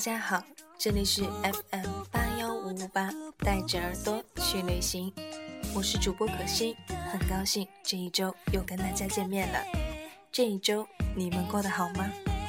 家好，这里是 FM81558，带着耳朵去旅行，我是主播可心，很高兴这一周又跟大家见面了。这一周你们过得好吗？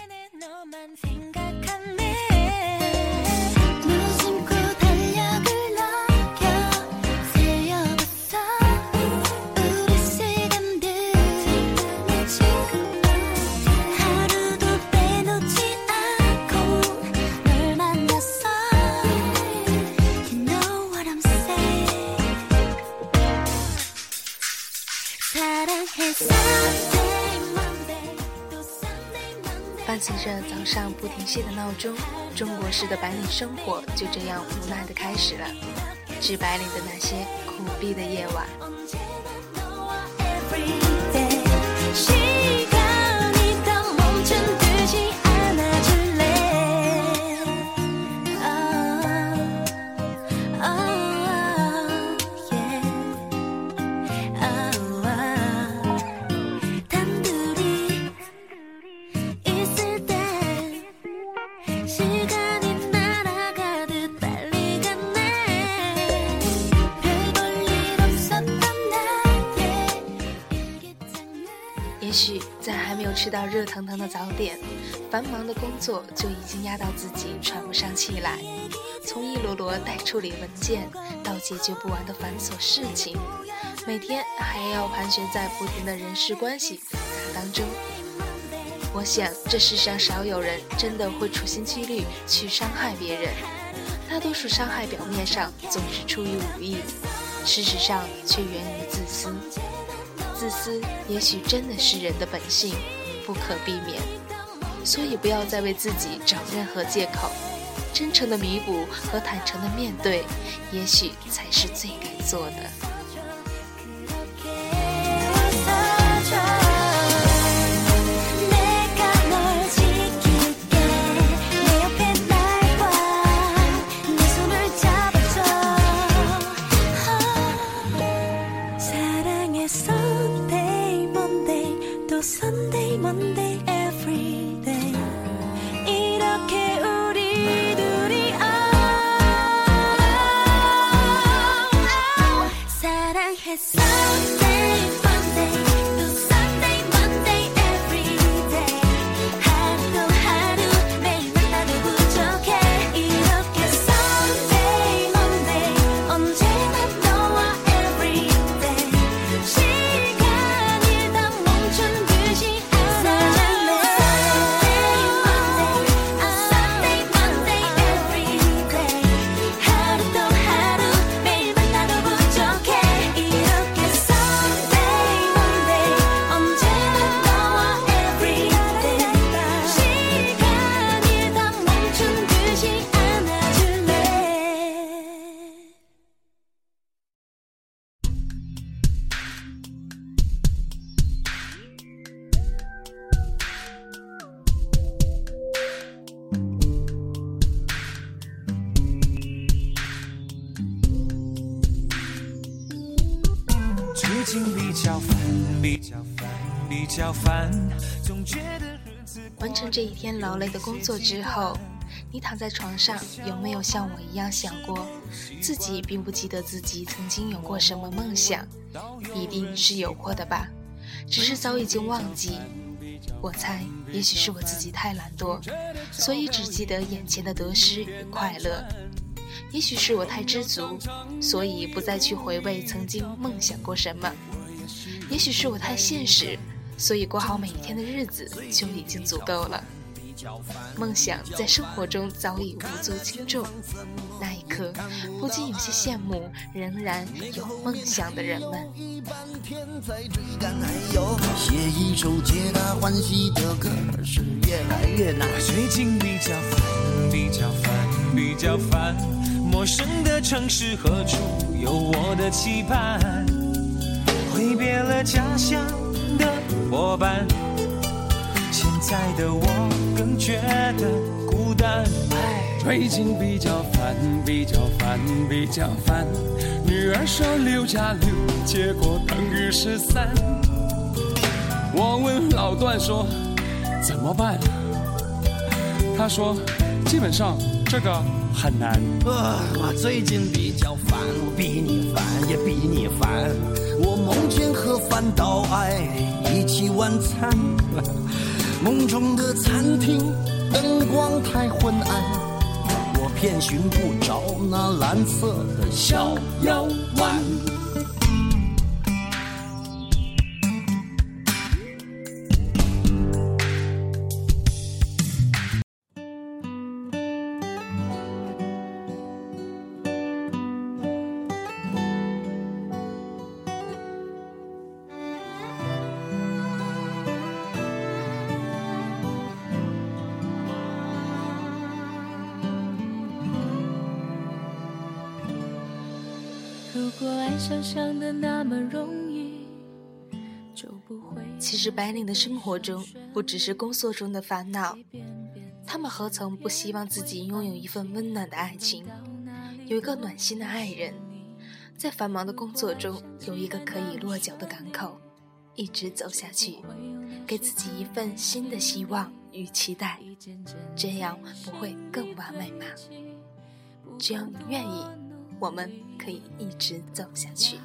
伴随着早上不停歇的闹钟，中国式的白领生活就这样无奈地开始了。致白领的那些苦逼的夜晚，也许在还没有吃到热腾腾的早点，繁忙的工作就已经压到自己喘不上气来。从一摞摞待处理文件到解决不完的繁琐事情，每天还要盘旋在不停的人事关系复杂当中。我想这世上少有人真的会处心积虑去伤害别人，大多数伤害表面上总是出于无意，事实上却源于自私。自私也许真的是人的本性，不可避免，所以不要再为自己找任何借口，真诚的弥补和坦诚的面对，也许才是最该做的。 Sunday, Monday, every day 이렇게 우리 둘이 사랑해 Sunday, Monday, 또 Sunday, Monday, every day 하루도 하루 매일 만나도 부족해 이렇게 Sunday, Monday 언제나 너와 every day 시간이 다 멈춘 完成这一天劳累的工作之后，你躺在床上，有没有像我一样想过，自己并不记得自己曾经有过什么梦想？一定是有过的吧，只是早已经忘记。我猜，也许是我自己太懒惰，所以只记得眼前的得失与快乐。也许是我太知足，所以不再去回味曾经梦想过什么。也许是我太现实，所以过好每一天的日子就已经足够了。梦想在生活中早已无足轻重，那一刻不禁有些羡慕仍然有梦想的人们。 写一首皆大欢喜的歌是越来越难， 最近比较烦，陌生的城市何处有我的期盼，挥别了家乡的伙伴，现在的我更觉得孤单。 最近比较烦，女儿说6+6结果等于13，我问老段说怎么办，他说基本上这个很难。 我最近比较烦，我比你烦也比你烦。我梦见和范岛爱一起晚餐，梦中的餐厅灯光太昏暗，我偏寻不着那蓝色的小腰弯。 如果爱想象的那么容易，就不会。 其实白领的生活中不只是工作中的烦恼，他们何曾不希望自己拥有一份温暖的爱情，有一个暖心的爱人，在繁忙的工作中有一个可以落脚的港口，一直走下去，给自己一份新的希望与期待，这样不会更完美吗？只要你愿意，我们可以一直走下去。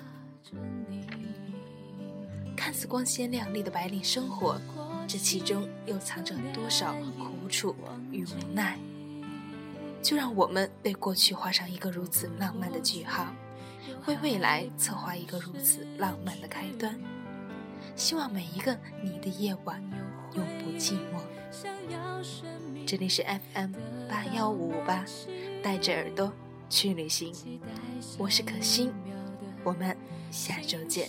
看似光鲜亮丽的白领生活，这其中又藏着多少苦楚与无奈？就让我们为过去画上一个如此浪漫的句号，为未来策划一个如此浪漫的开端。希望每一个你的夜晚永不寂寞。这里是 FM81558，带着耳朵去旅行，我是可心，我们下周见。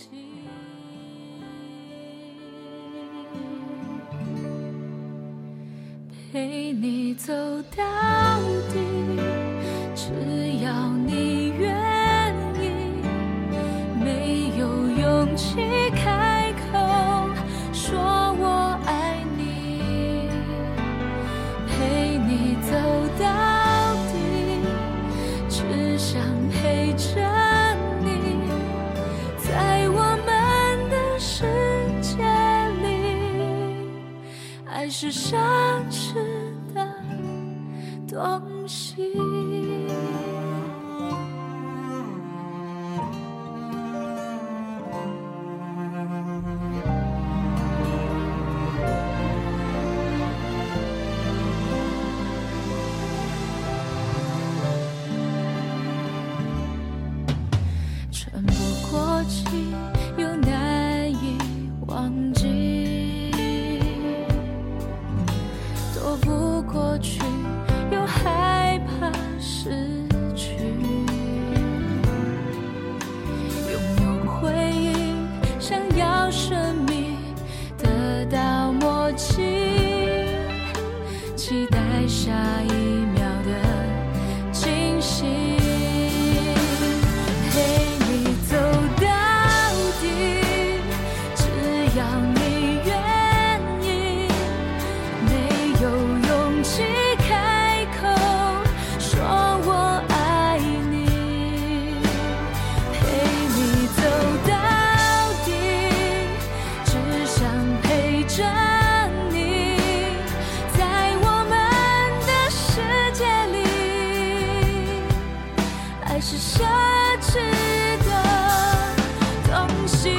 陪你走到底，只要你愿意，没有勇气开口说我爱你，陪你走到底，只想陪着你，在我们的世界里，爱是奢侈的东西。穿不过去，又难以忘记，躲不过去，又害怕失去。拥有回忆，想要生命得到默契，期待下一秒的惊喜。是奢侈的东西。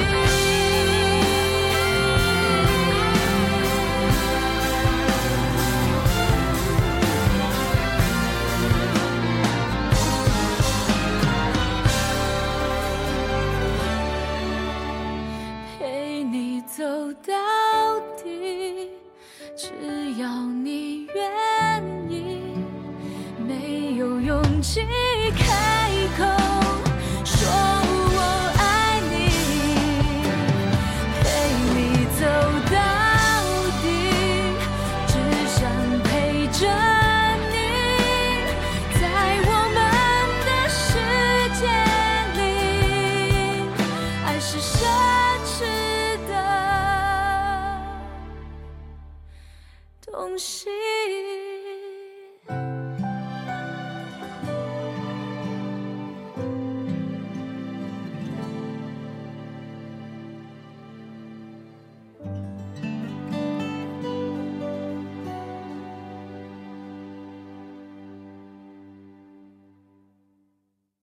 陪你走到底，只要你愿意，没有勇气开口